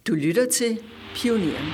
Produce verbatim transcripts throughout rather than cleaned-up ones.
Du lytter til Pioneren.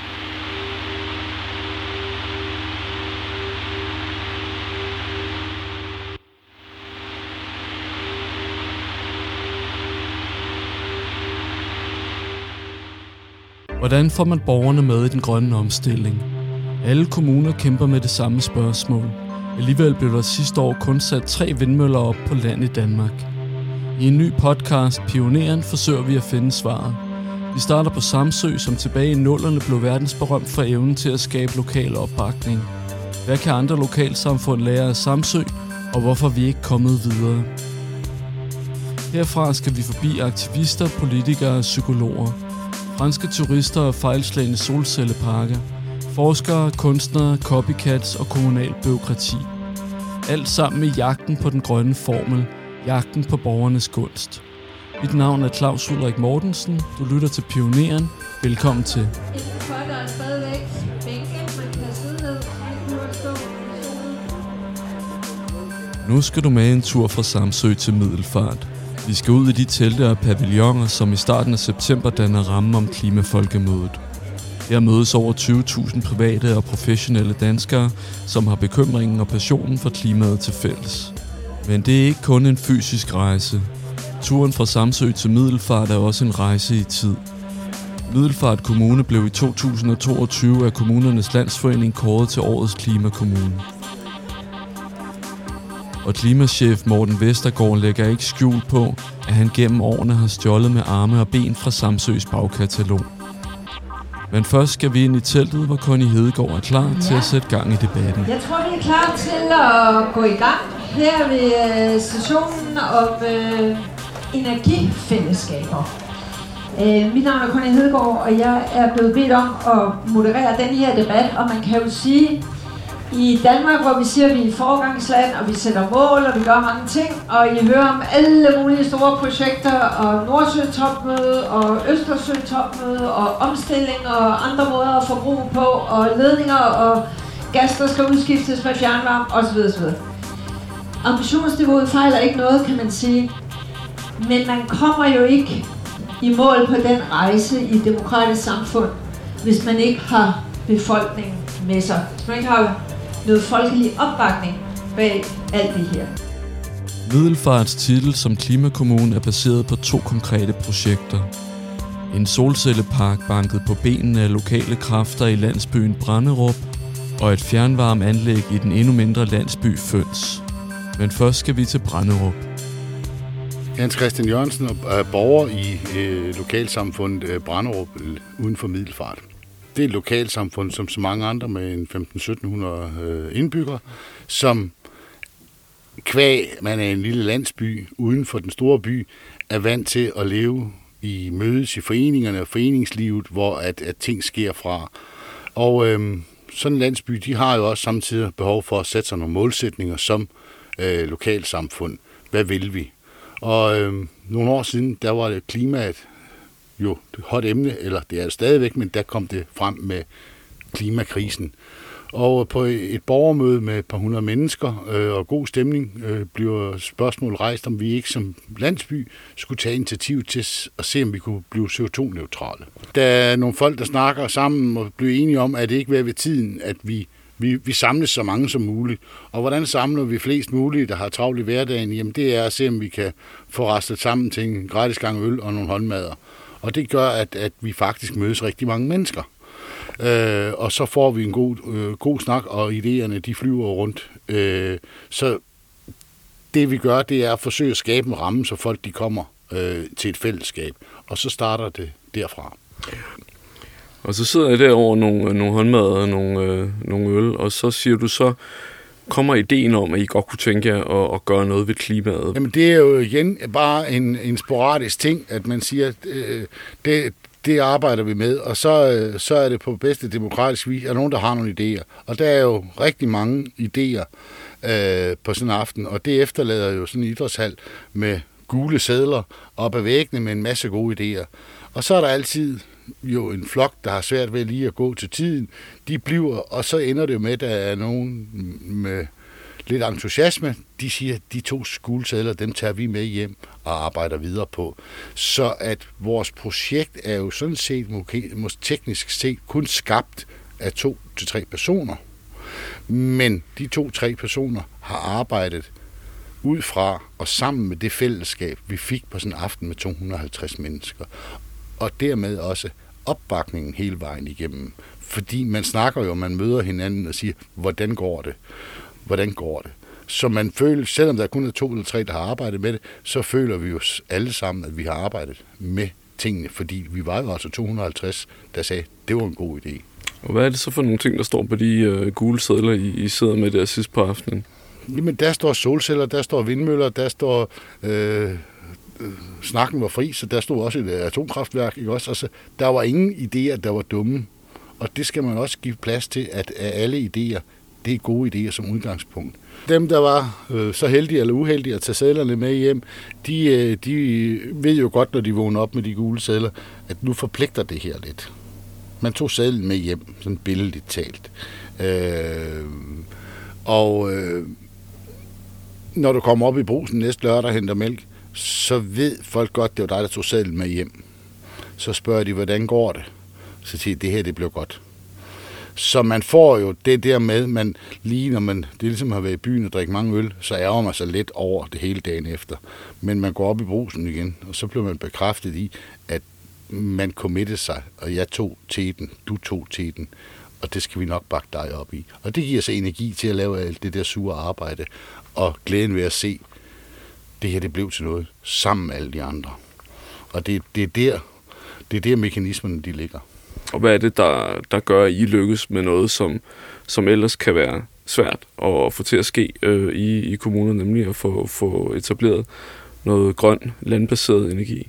Hvordan får man borgerne med i den grønne omstilling? Alle kommuner kæmper med det samme spørgsmål. Alligevel blev der sidste år kun sat tre vindmøller op på land i Danmark. I en ny podcast, Pioneren, forsøger vi at finde svaret. Vi starter på Samsø, som tilbage i nullerne blev verdensberømt for evnen til at skabe lokal opbakning. Hvad kan andre lokalsamfund lære af Samsø, og hvorfor er vi ikke kommet videre? Herfra skal vi forbi aktivister, politikere og psykologer. Franske turister og fejlslagne solcelleparker. Forskere, kunstnere, copycats og kommunal bureaukrati. Alt sammen i jagten på den grønne formel. Jagten på borgernes gunst. Mit navn er Claus Ulrik Mortensen. Du lytter til Pioneren. Velkommen til. Nu skal du med en tur fra Samsø til Middelfart. Vi skal ud i de telte og pavilloner, som i starten af september danner ramme om klimafolkemødet. Her mødes over tyve tusind private og professionelle danskere, som har bekymringen og passionen for klimaet til fælles. Men det er ikke kun en fysisk rejse. Turen fra Samsø til Middelfart er også en rejse i tid. Middelfart Kommune blev i to tusind og toogtyve af Kommunernes Landsforening kåret til årets klimakommune. Og klimachef Morten Vestergaard lægger ikke skjul på, at han gennem årene har stjålet med arme og ben fra Samsøs bagkatalog. Men først skal vi ind i teltet, hvor Connie Hedegaard er klar ja. til at sætte gang i debatten. Jeg tror, vi er klar til at gå i gang her ved sessionen om øh, energifællesskaber. Øh, mit navn er Connie Hedegaard, og jeg er blevet bedt om at moderere den her debat, og man kan jo sige, i Danmark, hvor vi siger, at vi er et foregangsland, og vi sætter mål, og vi gør mange ting, og I hører om alle mulige store projekter, og Nordsø-topmøde, og Østersø-topmøde, og omstilling, og andre måder at forbruge på, og ledninger, og gas, der skal udskiftes med fjernvarme, osv. osv. Ambitionsniveauet fejler ikke noget, kan man sige, men man kommer jo ikke i mål på den rejse i et demokratisk samfund, hvis man ikke har befolkningen med sig. Hvis man ikke har noget folkelig opbakning bag alt det her. Middelfarts titel som klimakommune er baseret på to konkrete projekter. En solcellepark banket på benene af lokale kræfter i landsbyen Branderup, og et fjernvarmeanlæg i den endnu mindre landsby Føns. Men først skal vi til Branderup. Hans Christian Jørgensen er borger i øh, lokalsamfundet øh, Branderup uden for Middelfart. Det er et lokalsamfund, som så mange andre med en femten til sytten hundrede øh, indbyggere, som kvæg, man er en lille landsby uden for den store by, er vant til at leve i mødes i foreningerne og foreningslivet, hvor at, at ting sker fra. Og øh, sådan en landsby, de har jo også samtidig behov for at sætte sig nogle målsætninger som øh, lokalsamfund. Hvad vil vi? Og øh, nogle år siden, der var det klimaet jo et hot emne, eller det er det stadigvæk, men der kom det frem med klimakrisen. Og på et borgermøde med et par hundrede mennesker øh, og god stemning øh, bliver spørgsmålet rejst, om vi ikke som landsby skulle tage initiativ til at se, om vi kunne blive C O to neutrale. Der er nogle folk, der snakker sammen og bliver enige om, at det ikke er ved tiden, at vi Vi, vi samles så mange som muligt. Og hvordan samler vi flest muligt, der har travlt i hverdagen? Jamen det er at se, om vi kan få rastet sammen til en gratis gang øl og nogle håndmadder. Og det gør, at, at vi faktisk mødes rigtig mange mennesker. Øh, og så får vi en god, øh, god snak, og idéerne de flyver rundt. Øh, så det vi gør, det er at forsøge at skabe en ramme, så folk de kommer øh, til et fællesskab. Og så starter det derfra. Og så sidder jeg derovre nogle, nogle håndmad og nogle, øh, nogle øl, og så siger du så, kommer ideen om, at I godt kunne tænke jer at, at gøre noget ved klimaet? Jamen det er jo igen bare en, en sporadisk ting, at man siger, at øh, det, det arbejder vi med, og så, øh, så er det på bedste demokratisk vis, at nogen, der har nogle idéer. Og der er jo rigtig mange idéer øh, på sådan en aften, og det efterlader jo sådan en idrætshal med gule sedler op ad væggene med en masse gode idéer. Og så er der altid jo en flok, der har svært ved lige at gå til tiden. De bliver, og så ender det jo med, at der er nogen med lidt entusiasme. De siger, at de to skulesedler, dem tager vi med hjem og arbejder videre på. Så at vores projekt er jo sådan set, måske teknisk set, kun skabt af to til tre personer. Men de to-tre personer har arbejdet ud fra og sammen med det fællesskab, vi fik på sådan en aften med to hundrede og halvtreds mennesker. Og dermed også opbakningen hele vejen igennem. Fordi man snakker jo, man møder hinanden og siger, hvordan går det? Hvordan går det? Så man føler, selvom der kun er to eller tre, der har arbejdet med det, så føler vi jo alle sammen, at vi har arbejdet med tingene. Fordi vi var jo altså to hundrede og halvtreds, der sagde, det var en god idé. Og hvad er det så for nogle ting, der står på de øh, gule sedler, I, I sidder med der sidst på aftenen? Jamen, der står solceller, der står vindmøller, der står... Øh, snakken var fri, så der stod også et atomkraftværk, ikke også? Altså, der var ingen idéer, der var dumme. Og det skal man også give plads til, at alle idéer, det er gode idéer som udgangspunkt. Dem, der var øh, så heldige eller uheldige at tage sedlerne med hjem, de, øh, de ved jo godt, når de vågner op med de gule sedler, at nu forpligter det her lidt. Man tog sedlen med hjem, sådan billedligt talt. Øh, og øh, når du kommer op i Brugsen næste lørdag og henter mælk, så ved folk godt, det var dig, der tog sedlen med hjem. Så spørger de, hvordan går det? Så siger de, det her, det blev godt. Så man får jo det der med, man lige når man, det ligesom har været i byen og drikke mange øl, så ærger man sig lidt over det hele dagen efter. Men man går op i Brugsen igen, og så bliver man bekræftet i, at man committede sig, og jeg tog teten, du tog teten, og det skal vi nok bakke dig op i. Og det giver sig energi til at lave alt det der sure arbejde, og glæden ved at se, det her det blev til noget, sammen med alle de andre. Og det, det er der, det er der mekanismerne de ligger. Og hvad er det, der, der gør, at I lykkes med noget, som, som ellers kan være svært at få til at ske øh, i, i kommunen, nemlig at få, få etableret noget grøn, landbaseret energi?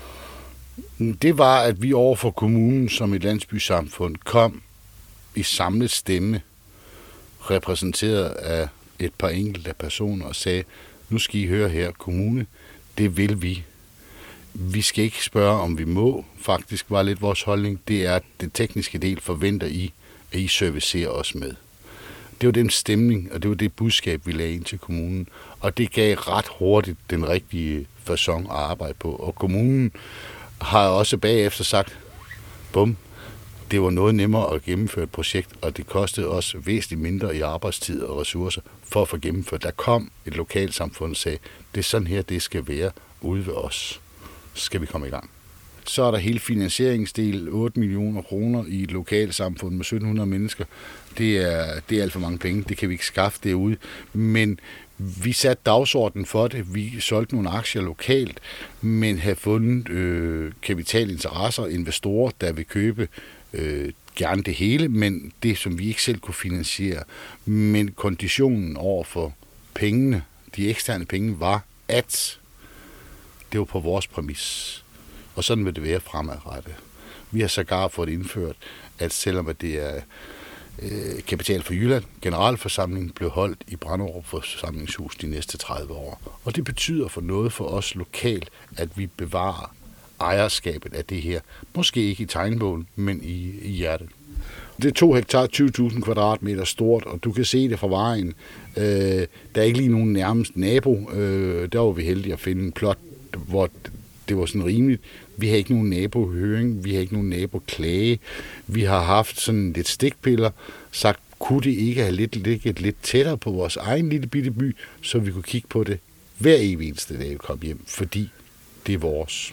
Det var, at vi overfor kommunen som et landsbysamfund kom i samlet stemme, repræsenteret af et par enkelte personer, og sagde, nu skal I høre her, kommune, det vil vi. Vi skal ikke spørge, om vi må. Faktisk var lidt vores holdning. Det er, at det tekniske del forventer I, at I servicerer os med. Det var den stemning, og det var det budskab, vi lagde ind til kommunen. Og det gav ret hurtigt den rigtige facon at arbejde på. Og kommunen har også bagefter sagt, bum, det var noget nemmere at gennemføre et projekt, og det kostede os væsentligt mindre i arbejdstid og ressourcer for at få gennemført. Der kom et lokalsamfund og sagde, det er sådan her, det skal være ude ved os. Så skal vi komme i gang. Så er der hele finansieringsdel, otte millioner kroner i et lokalsamfund med sytten hundrede mennesker. Det er, det er alt for mange penge, det kan vi ikke skaffe derude. Men vi satte dagsordenen for det, vi solgte nogle aktier lokalt, men havde fundet øh, kapitalinteresser og investorer, der vil købe øh, gerne det hele, men det, som vi ikke selv kunne finansiere. Men konditionen over for pengene, de eksterne penge, var, at det var på vores præmis. Og sådan vil det være fremadrettet. Vi har sågar fået indført, at selvom at det er øh, Kapital for Jylland, generalforsamlingen blev holdt i Branderup Forsamlingshus de næste tredive år. Og det betyder for noget for os lokalt, at vi bevarer ejerskabet af det her. Måske ikke i tegnbogen, men i, i hjertet. Det er to hektar, tyve tusind kvadratmeter stort, og du kan se det fra vejen. Øh, der er ikke lige nogen nærmest nabo. Øh, der var vi heldige at finde en plot, hvor det var sådan rimeligt. Vi har ikke nogen nabohøring, vi har ikke nogen naboklage. Vi har haft sådan lidt stikpiller, sagt, kunne det ikke have lidt, ligget lidt tættere på vores egen lille bitte by, så vi kunne kigge på det hver evig eneste dag, vi kom hjem, fordi det er vores.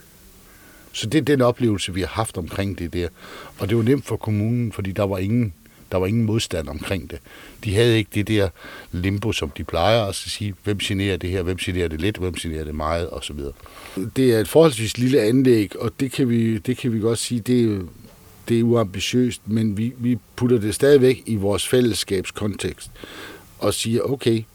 Så det er den oplevelse, vi har haft omkring det der. Og det var nemt for kommunen, fordi der var ingen, der var ingen modstand omkring det. De havde ikke det der limbo, som de plejer at sige, hvem generer det her, hvem generer det lidt, hvem generer det meget, osv. Det er et forholdsvis lille anlæg, og det kan vi, det kan vi godt sige, det er, det er uambitiøst, men vi, vi putter det stadigvæk i vores fællesskabskontekst og siger, okay,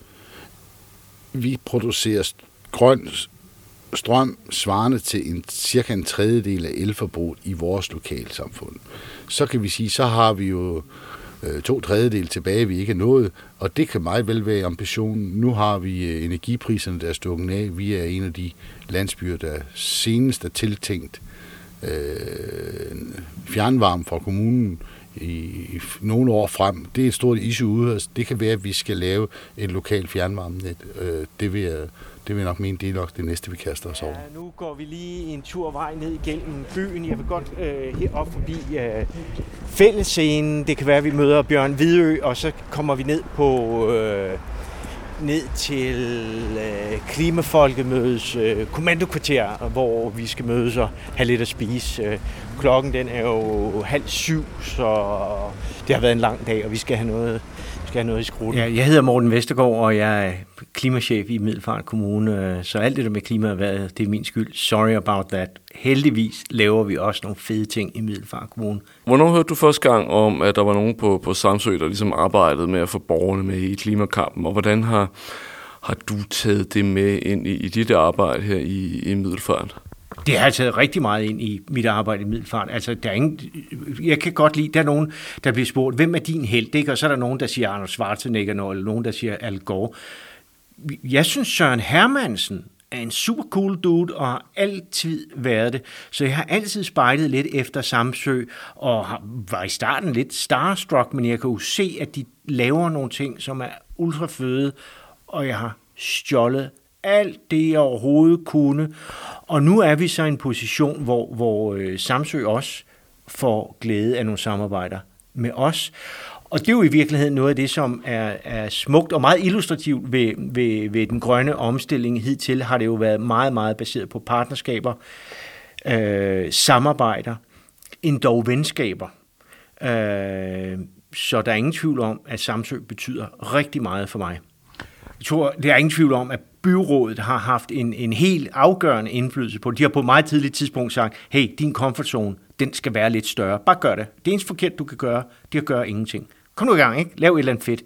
vi producerer grøn strøm svarende til en, cirka en tredjedel af elforbruget i vores lokalsamfund. Så kan vi sige, så har vi jo øh, to tredjedel tilbage, vi ikke er nået, og det kan meget vel være ambitionen. Nu har vi øh, energipriserne, der er stukket af. Vi er en af de landsbyer, der senest er tiltænkt øh, fjernvarme fra kommunen i nogle år frem. Det er et stort issue ude. Altså, det kan være, at vi skal lave et lokalt fjernvarmenet. Det vil jeg, det vil jeg nok mene, det er nok det næste, vi kaster os over. Ja, nu går vi lige en tur vej ned igennem byen. Jeg vil godt øh, herop forbi øh, fællesscenen. Det kan være, at vi møder Bjørn Hvidø, og så kommer vi ned på... Øh, ned til øh, Klimafolkemødets øh, kommandokvarter, hvor vi skal mødes og have lidt at spise. Øh, klokken den er jo halv syv, så det har været en lang dag, og vi skal have noget, skal have noget i skrutten. Ja, jeg hedder Morten Vestergaard, og jeg er klimachef i Middelfart Kommune, så alt det der med klima har været, det er min skyld. Sorry about that. Heldigvis laver vi også nogle fede ting i Middelfart Kommune. Hvornår hørte du første gang om, at der var nogen på, på Samsø, der ligesom arbejdede med at få borgerne med i klimakampen, og hvordan har, har du taget det med ind i, i dit arbejde her i, i Middelfart? Det har jeg taget rigtig meget ind i mit arbejde i Middelfart. Altså, der er ingen, jeg kan godt lide, der er nogen, der bliver spurgt, hvem er din helt, ikke? Og så er der nogen, der siger Arnold Schwarzenegger, eller nogen, der siger Al Gore. Jeg synes, Søren Hermansen er en super cool dude, og har altid været det. Så jeg har altid spejlet lidt efter Samsø, og var i starten lidt starstruck, men jeg kan jo se, at de laver nogle ting, som er ultra fede, og jeg har stjålet alt det, jeg overhovedet kunne. Og nu er vi så i en position, hvor, hvor øh, Samsø også får glæde af nogle samarbejder med os. Og det er jo i virkeligheden noget af det, som er, er smukt og meget illustrativt ved, ved, ved den grønne omstilling. Hidtil har det jo været meget, meget baseret på partnerskaber, øh, samarbejder, endog venskaber. Øh, så der er ingen tvivl om, at Samsø betyder rigtig meget for mig. Jeg tror, det er ingen tvivl om, at byrådet har haft en, en helt afgørende indflydelse på det. De har på et meget tidligt tidspunkt sagt, hey, din comfort zone, den skal være lidt større. Bare gør det. Det eneste forkert, du kan gøre, det er at gøre ingenting. Kom nu i gang, ikke? Lav et eller andet fedt.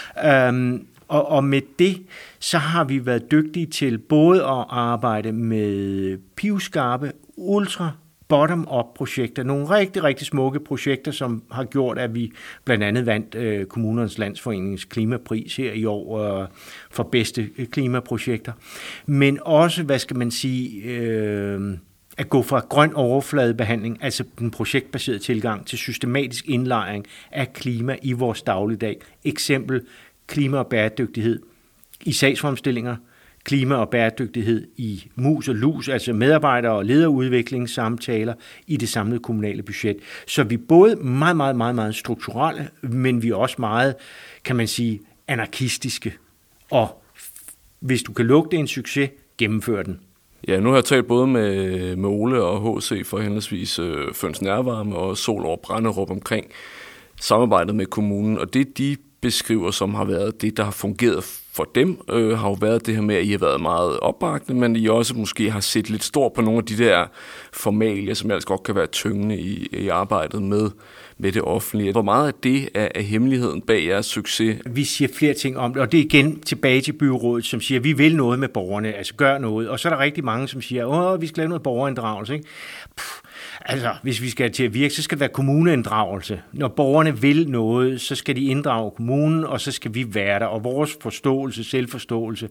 Um, og, og med det, så har vi været dygtige til både at arbejde med pivskarpe, ultra bottom-up-projekter. Nogle rigtig, rigtig smukke projekter, som har gjort, at vi blandt andet vandt øh, Kommunernes Landsforenings klimapris her i år øh, for bedste klimaprojekter. Men også, hvad skal man sige, øh, at gå fra grøn overfladebehandling, altså den projektbaserede tilgang, til systematisk indlejring af klima i vores dagligdag. Eksempel klima og bæredygtighed i sagsfremstillinger, klima og bæredygtighed i mus og lus, altså medarbejdere- og lederudviklingssamtaler i det samlede kommunale budget. Så vi er både meget, meget, meget, meget strukturelle, men vi er også meget, kan man sige, anarkistiske. Og hvis du kan lugte en succes, gennemfør den. Ja, nu har jeg talt både med, med Ole og H C for henholdsvis øh, Føns Nærvarme og Sol over Branderup omkring samarbejdet med kommunen, og det de beskriver, som har været det, der har fungeret for dem, øh, har jo været det her med, at I har været meget opbakende, men I også måske har set lidt stort på nogle af de der formalier, som ellers godt kan være tyngende i, i arbejdet med, med det offentlige. Hvor meget af det er, er hemmeligheden bag jeres succes? Vi siger flere ting om det, og det er igen tilbage til byrådet, som siger, at vi vil noget med borgerne, altså gør noget. Og så er der rigtig mange, som siger, åh, vi skal lave noget borgerinddragelse, ikke? Puh. Altså, hvis vi skal til at virke, så skal det være kommuneinddragelse. Når borgerne vil noget, så skal de inddrage kommunen, og så skal vi være der. Og vores forståelse, selvforståelse,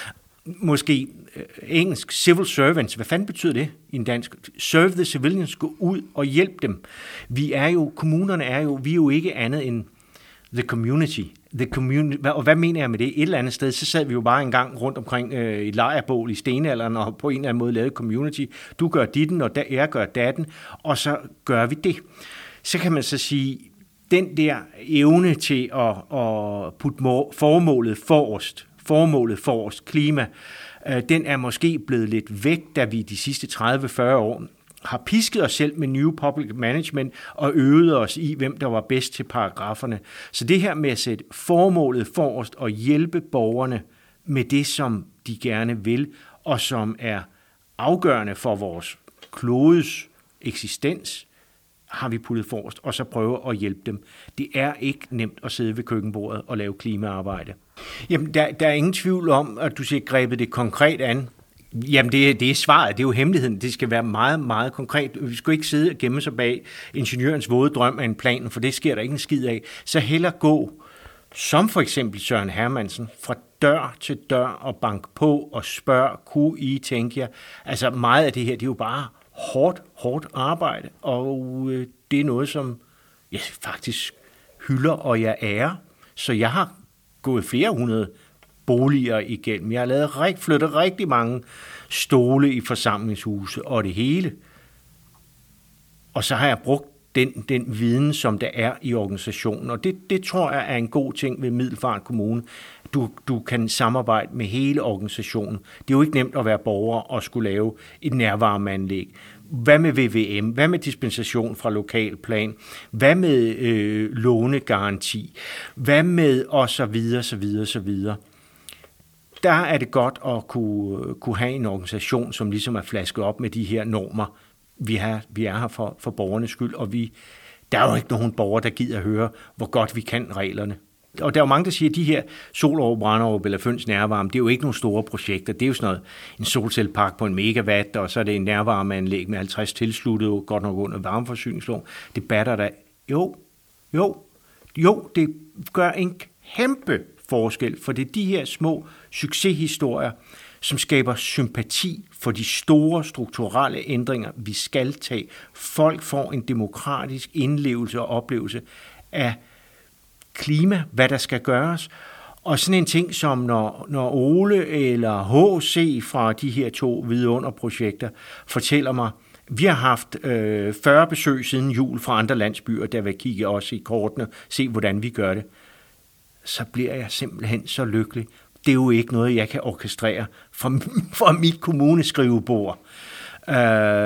måske øh, engelsk, civil servants, hvad fanden betyder det i en dansk? Serve the civilians, gå ud og hjælp dem. Vi er jo, kommunerne er jo, vi er jo ikke andet end the community. The community. Og hvad mener jeg med det? Et eller andet sted, så sad vi jo bare en gang rundt omkring øh, et lejrbål i stenalderen, og på en eller anden måde lavede community. Du gør ditten, og der, jeg gør datten, og så gør vi det. Så kan man så sige, den der evne til at, at putte formålet forrest, formålet forrest, klima, øh, den er måske blevet lidt væk, da vi de sidste tredive til fyrre år har pisket os selv med New Public Management og øvet os i, hvem der var bedst til paragraferne. Så det her med at sætte formålet forrest og hjælpe borgerne med det, som de gerne vil, og som er afgørende for vores klodes eksistens, har vi puttet forrest, og så prøve at hjælpe dem. Det er ikke nemt at sidde ved køkkenbordet og lave klimaarbejde. Jamen, der, der er ingen tvivl om, at du siger grebet det konkret an. Jamen, det, det er svaret. Det er jo hemmeligheden. Det skal være meget, meget konkret. Vi skal ikke sidde og gemme sig bag ingeniørens våde drøm af en plan, for det sker der ikke en skid af. Så hellere gå, som for eksempel Søren Hermansen, fra dør til dør og bank på og spørg, kunne I tænke jer? Altså, meget af det her, det er jo bare hårdt, hårdt arbejde, og øh, det er noget, som jeg faktisk hylder, og jeg ærer. Så jeg har gået flere hundrede boliger igennem. Jeg har lavet, flyttet rigtig mange stole i forsamlingshuse og det hele. Og så har jeg brugt den, den viden, som der er i organisationen. Og det, det tror jeg er en god ting ved Middelfart Kommune. Du, du kan samarbejde med hele organisationen. Det er jo ikke nemt at være borger og skulle lave et nærvarmeanlæg. Hvad med V V M? Hvad med dispensation fra lokalplan? Hvad med øh, lånegaranti? Hvad med og så videre, så videre, så videre. Der er det godt at kunne, kunne have en organisation, som ligesom er flasket op med de her normer. Vi er, vi er her for, for borgernes skyld, og vi, der er jo ikke nogen borger, der gider at høre, hvor godt vi kan reglerne. Og der er jo mange, der siger, at de her Solrå, Branderup eller Føns Nærvarme, det er jo ikke nogle store projekter. Det er jo sådan noget, en solcellepark på en megawatt, og så er det en nærvarmeanlæg med halvtreds tilsluttede, godt nok under varmeforsyningsloven. Det batter der. Jo, jo, jo, det gør en kæmpe forskel, for det er de her små succeshistorier, som skaber sympati for de store strukturelle ændringer, vi skal tage. Folk får en demokratisk indlevelse og oplevelse af klima, hvad der skal gøres. Og sådan en ting som når, når Ole eller H C fra de her to vidunderprojekter fortæller mig, vi har haft øh, fyrre besøg siden jul fra andre landsbyer, der vil kigge også i kortene, se hvordan vi gør det, så bliver jeg simpelthen så lykkelig. Det er jo ikke noget, jeg kan orkestrere fra, fra mit kommuneskrivebord. Øh,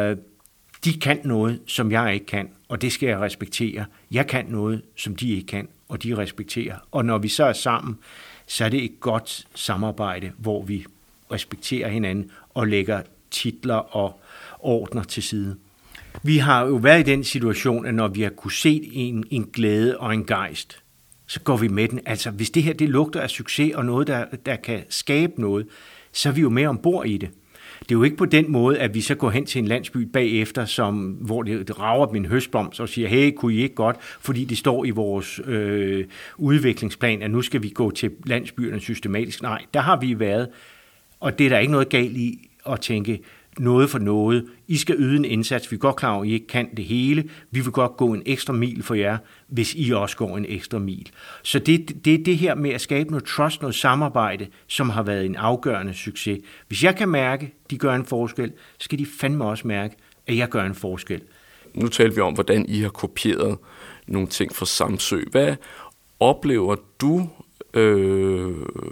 de kan noget, som jeg ikke kan, og det skal jeg respektere. Jeg kan noget, som de ikke kan, og de respekterer. Og når vi så er sammen, så er det et godt samarbejde, hvor vi respekterer hinanden og lægger titler og ordner til side. Vi har jo været i den situation, at når vi har kunne se en, en glæde og en gejst, så går vi med den. Altså, hvis det her det lugter af succes og noget, der, der kan skabe noget, så er vi jo med ombord i det. Det er jo ikke på den måde, at vi så går hen til en landsby bagefter, som, hvor det rager min høstblomst og siger, hey, kunne I ikke godt, fordi det står i vores øh, udviklingsplan, at nu skal vi gå til landsbyerne systematisk. Nej, der har vi været, og det er der ikke noget galt i at tænke, noget for noget. I skal yde en indsats. Vi er godt klar over, at I ikke kan det hele. Vi vil godt gå en ekstra mil for jer, hvis I også går en ekstra mil. Så det, det er det her med at skabe noget trust, noget samarbejde, som har været en afgørende succes. Hvis jeg kan mærke, at de gør en forskel, så skal de fandme også mærke, at jeg gør en forskel. Nu taler vi om, hvordan I har kopieret nogle ting fra Samsø. Hvad oplever du, øh,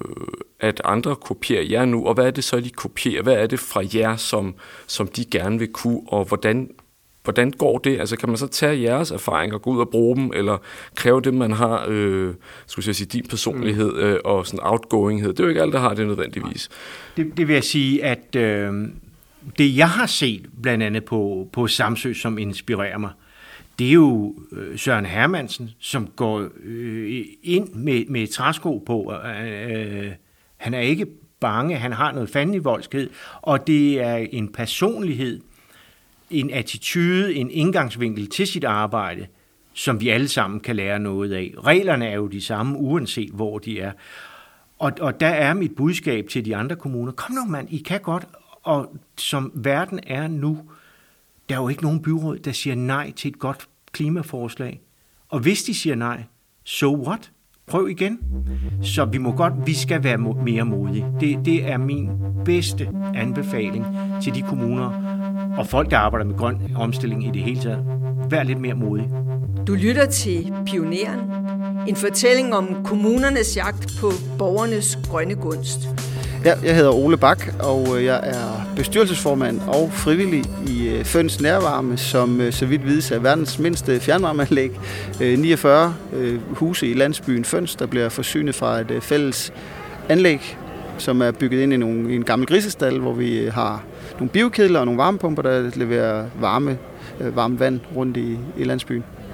at andre kopierer jer nu, og hvad er det så, de kopierer? Hvad er det fra jer, som, som de gerne vil kunne, og hvordan, hvordan går det? Altså, kan man så tage jeres erfaringer og gå ud og bruge dem, eller kræve det, man har, øh, skulle jeg sige, din personlighed øh, og sådan outgoinghed? Det er jo ikke alt, der har det nødvendigvis. Det, det vil jeg sige, at øh, det, jeg har set blandt andet på, på Samsø, som inspirerer mig, det er jo Søren Hermansen, som går øh, ind med, med træsko på. Øh, han er ikke bange, han har noget fandenivoldskhed, og det er en personlighed, en attitude, en indgangsvinkel til sit arbejde, som vi alle sammen kan lære noget af. Reglerne er jo de samme, uanset hvor de er. Og, og der er mit budskab til de andre kommuner. Kom nu mand, I kan godt, og som verden er nu, der er jo ikke nogen byråd, der siger nej til et godt klimaforslag. Og hvis de siger nej, so what? Prøv igen. Så vi må godt, vi skal være mere modige. Det, det er min bedste anbefaling til de kommuner og folk, der arbejder med grøn omstilling i det hele taget. Vær lidt mere modige. Du lytter til Pioneren. En fortælling om kommunernes jagt på borgernes grønne gunst. Ja, jeg hedder Ole Bak, og jeg er bestyrelsesformand og frivillig i Føns Nærvarme, som så vidt vides er verdens mindste fjernvarmeanlæg. niogfyrre huse i landsbyen Føns, der bliver forsynet fra et fælles anlæg, som er bygget ind i, nogle, i en gammel grisestal, hvor vi har nogle biokedler og nogle varmepumper, der leverer varme, varmt vand rundt i, i landsbyen.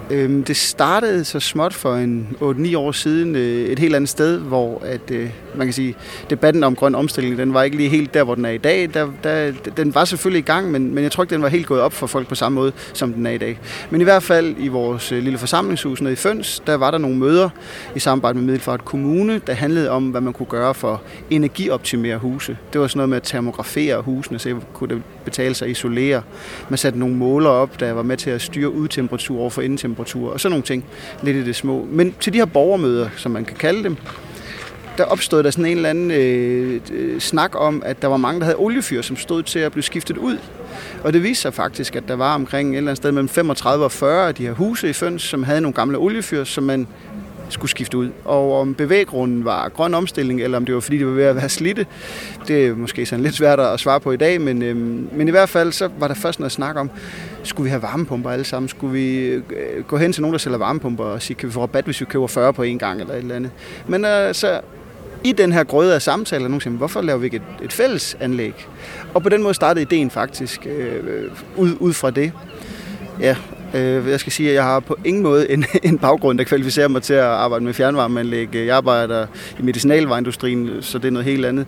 Øhm, det startede så småt for en otte ni år siden øh, et helt andet sted, hvor at, øh, man kan sige, debatten om grøn omstilling, den var ikke lige helt der, hvor den er i dag. Der, der, den var selvfølgelig i gang, men, men jeg tror ikke, den var helt gået op for folk på samme måde, som den er i dag. Men i hvert fald i vores øh, lille forsamlingshus nede i Føns, der var der nogle møder i samarbejde med Middelfart Kommune, der handlede om, hvad man kunne gøre for at energioptimere huse. Det var sådan noget med at termografere husene, så kunne det betale sig at isolere. Man satte nogle måler op, der var med til at styre udtemperatur over for indtemperatur, og sådan nogle ting, lidt i det små. Men til de her borgermøder, som man kan kalde dem, der opstod der sådan en eller anden øh, snak om, at der var mange, der havde oliefyr, som stod til at blive skiftet ud. Og det viste sig faktisk, at der var omkring et eller andet sted mellem femogtredive og fyrre af de her huse i Føns, som havde nogle gamle oliefyr, som man skulle skifte ud. Og om bevæggrunden var grøn omstilling, eller om det var fordi, det var ved at være slidte, det er måske sådan lidt svært at svare på i dag, men, øhm, men i hvert fald så var der først noget snak om, skulle vi have varmepumper alle sammen? Skulle vi øh, gå hen til nogen, der sælger varmepumper og sige, kan vi få rabat, hvis vi køber fyrre på en gang, eller et eller andet. Men øh, så i den her grøde af samtaler, nogen siger, hvorfor laver vi ikke et, et fælles anlæg? Og på den måde startede ideen faktisk øh, ud, ud fra det. Ja, øh, jeg skal sige, at jeg har på ingen måde en, en baggrund, der kvalificerer mig til at arbejde med fjernvarmeanlæg. Jeg arbejder i medicinalvareindustrien, så det er noget helt andet.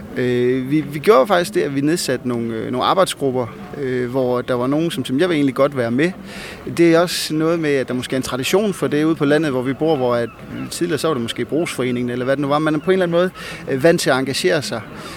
Øh, vi, vi gjorde faktisk det, at vi nedsatte nogle, øh, nogle arbejdsgrupper, øh, hvor der var nogen, som, som jeg vil egentlig godt være med. Det er også noget med, at der måske er en tradition for det ude på landet, hvor vi bor, hvor at tidligere så var det måske brugsforeningen, eller hvad det nu var. Man er på en eller anden måde øh, vant til at engagere sig.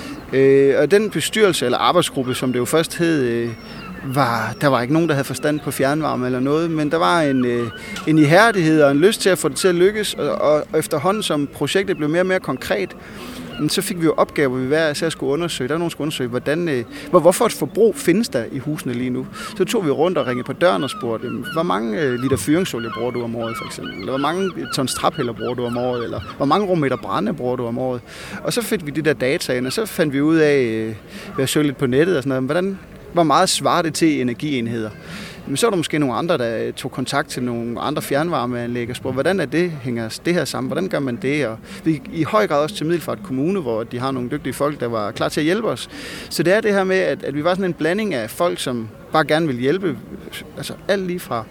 Øh, og den bestyrelse eller arbejdsgruppe, som det jo først hed, øh, Var, der var ikke nogen, der havde forstand på fjernvarme eller noget, men der var en, øh, en ihærdighed og en lyst til at få det til at lykkes, og, og, og efterhånden som projektet blev mere og mere konkret, så fik vi jo opgaver, hvor vi hver især skulle undersøge. Der var nogen, der skulle undersøge, hvordan, øh, hvor, hvorfor et forbrug findes der i husene lige nu. Så tog vi rundt og ringede på døren og spurgte, hvor mange øh, liter fyringsolie bruger du om året, for eksempel? Eller hvor mange tons traphælder bruger du om året? Eller hvor mange rummeter brænde bruger du om året? Og så fik vi de der data ind, og så fandt vi ud af, øh, ved at søge lidt på nettet og sådan noget, hvordan hvor meget svarer det til energienheder. Men så er der måske nogle andre, der tog kontakt til nogle andre fjernvarmeanlæg og spurgte, hvordan er det, hænger det her sammen? Hvordan gør man det? Og vi i høj grad også til Middelfart Kommune, hvor de har nogle dygtige folk, der var klar til at hjælpe os. Så det er det her med, at, at vi var sådan en blanding af folk, som bare gerne vil hjælpe. Altså alt lige fra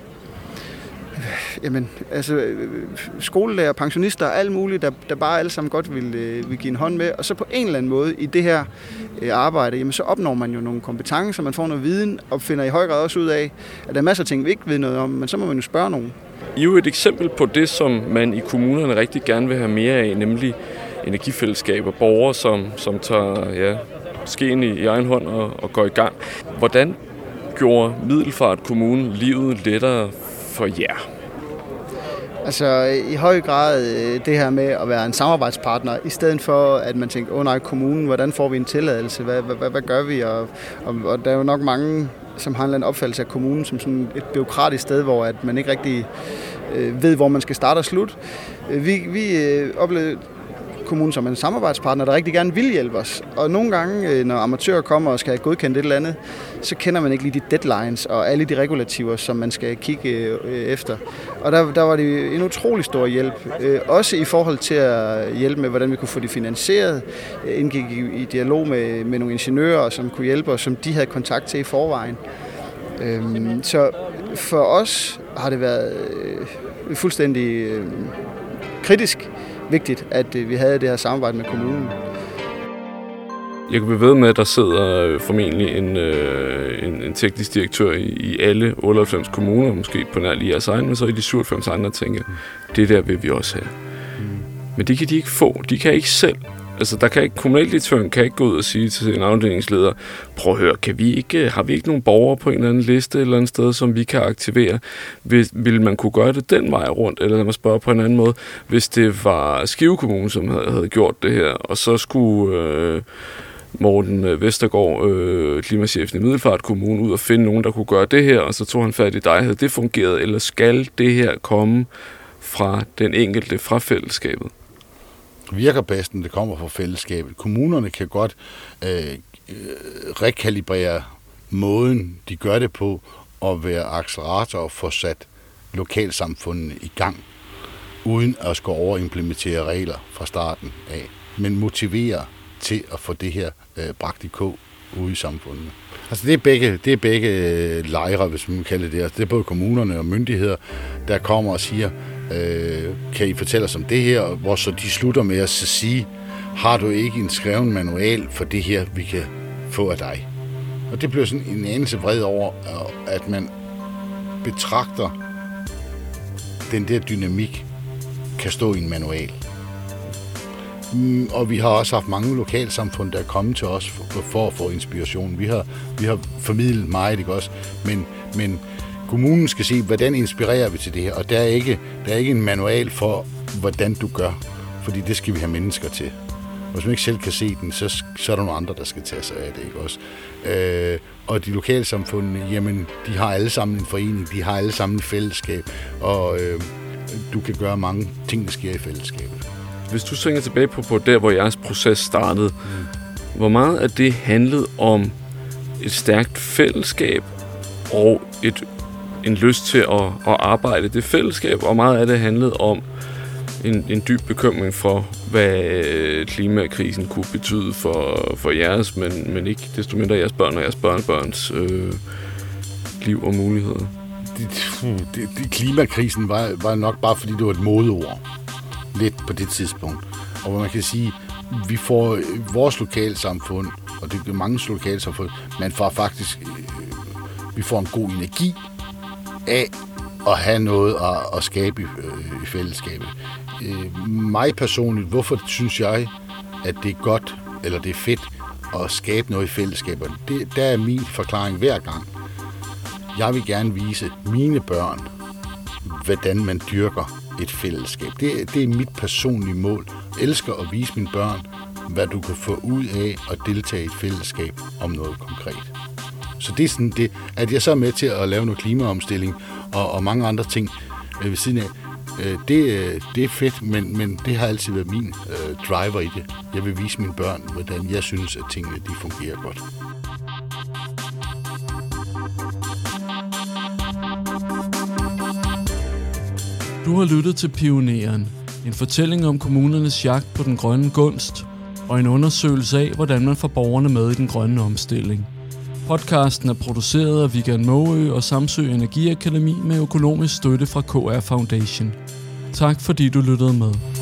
jamen, altså, skolelærer, pensionister og alt muligt, der, der bare alle sammen godt vil, øh, vil give en hånd med. Og så på en eller anden måde i det her øh, arbejde, jamen, så opnår man jo nogle kompetencer, man får noget viden, og finder i høj grad også ud af, at der er masser af ting, vi ikke ved noget om, men så må man jo spørge nogen. I er jo et eksempel på det, som man i kommunerne rigtig gerne vil have mere af, nemlig energifællesskaber, borgere, som, som tager ja, skeen i, i egen hånd og, og går i gang. Hvordan gjorde Middelfart Kommune livet lettere for jer? Altså i høj grad det her med at være en samarbejdspartner, i stedet for at man tænker, åh oh, nej, kommunen, hvordan får vi en tilladelse, hvad, hvad, hvad gør vi? Og, og, og der er jo nok mange, som har en opfattelse af kommunen som sådan et bureaukratisk sted, hvor at man ikke rigtig øh, ved, hvor man skal starte og slutte. Vi, vi øh, oplevede kommunen som en samarbejdspartner, der rigtig gerne vil hjælpe os. Og nogle gange, når amatører kommer og skal have godkendt et eller andet, så kender man ikke lige de deadlines og alle de regulativer, som man skal kigge efter. Og der, der var det en utrolig stor hjælp. Også i forhold til at hjælpe med, hvordan vi kunne få det finansieret. Jeg indgik i, i dialog med, med nogle ingeniører, som kunne hjælpe os, som de havde kontakt til i forvejen. Så for os har det været fuldstændig kritisk vigtigt, at vi havde det her samarbejde med kommunen. Jeg kan blive ved med, at der sidder formentlig en, en, en teknisk direktør i, i alle otteoghalvfems kommuner, måske på nær lige jeres egen, men så i de syvoghalvfems andre tænker, det der vil vi også have. Mm. Men det kan de ikke få. De kan ikke selv. Altså, der kan ikke, kommunaldirektøren kan ikke gå ud og sige til en afdelingsleder, prøv at høre, kan vi ikke, har vi ikke nogen borgere på en eller anden liste eller andet sted, som vi kan aktivere? Vil, vil man kunne gøre det den vej rundt, eller lad mig spørge på en anden måde, hvis det var Skive Kommune, som havde, havde gjort det her, og så skulle øh, Morten Vestergaard, øh, klimachefen i Middelfart Kommune, ud og finde nogen, der kunne gøre det her, og så tog han fat i dig. Havde det fungeret, eller skal det her komme fra den enkelte, fra fællesskabet? Virker bedst, når det kommer fra fællesskabet. Kommunerne kan godt øh, rekalibrere måden, de gør det på, og være accelerator og få sat lokalsamfundene i gang, uden at skulle overimplementere regler fra starten af, men motivere til at få det her øh, bragt i kog ude i samfundet. Altså det er begge, det er begge lejre, hvis man kalder det. Altså det er både kommunerne og myndigheder, der kommer og siger, øh, kan I fortælle os om det her, hvor så de slutter med at sige, har du ikke en skreven manual for det her, vi kan få af dig? Og det bliver sådan en anelse vred over, at man betragter den der dynamik kan stå i en manual. Og vi har også haft mange lokalsamfund, der er kommet til os for, for at få inspiration. Vi har, vi har formidlet meget, ikke også? Men, men kommunen skal se, hvordan inspirerer vi til det her? Og der er ikke, der er ikke en manual for, hvordan du gør, fordi det skal vi have mennesker til. Hvis man ikke selv kan se den, så, så er der nogle andre, der skal tage sig af det, ikke også? Øh, og de lokalsamfundene, jamen, de har alle sammen en forening, de har alle sammen et fællesskab, og øh, du kan gøre mange ting, der sker i fællesskabet. Hvis du tænker tilbage på, på der, hvor jeres proces startede, mm. hvor meget af det handlede om et stærkt fællesskab og et, en lyst til at, at arbejde i det fællesskab, og meget af det handlede om en, en dyb bekymring for, hvad klimakrisen kunne betyde for, for jeres, men, men ikke desto mindre jeres børn og jeres børnebørns øh, liv og muligheder? Det, det, det, klimakrisen var, var nok bare, fordi det var et modeord. Lidt på det tidspunkt. Og hvor man kan sige, vi får vores lokalsamfund, og det er mange lokalsamfund, man får faktisk, vi får en god energi af at have noget at, at skabe i, i fællesskabet. Mig personligt, hvorfor synes jeg, at det er godt, eller det er fedt at skabe noget i fællesskabet? Det, der er min forklaring hver gang. Jeg vil gerne vise mine børn, hvordan man dyrker et fællesskab. Det, det er mit personlige mål. Jeg elsker at vise mine børn, hvad du kan få ud af at deltage i et fællesskab om noget konkret. Så det er sådan det, at jeg så er med til at lave noget klimaomstilling og, og mange andre ting øh, ved siden af. Øh, det, det er fedt, men, men det har altid været min øh, driver i det. Jeg vil vise mine børn, hvordan jeg synes, at tingene de fungerer godt. Du har lyttet til Pioneren, en fortælling om kommunernes jagt på den grønne gunst, og en undersøgelse af, hvordan man får borgerne med i den grønne omstilling. Podcasten er produceret af Vigand Måø og Samsø Energiakademi med økonomisk støtte fra K R Foundation. Tak fordi du lyttede med.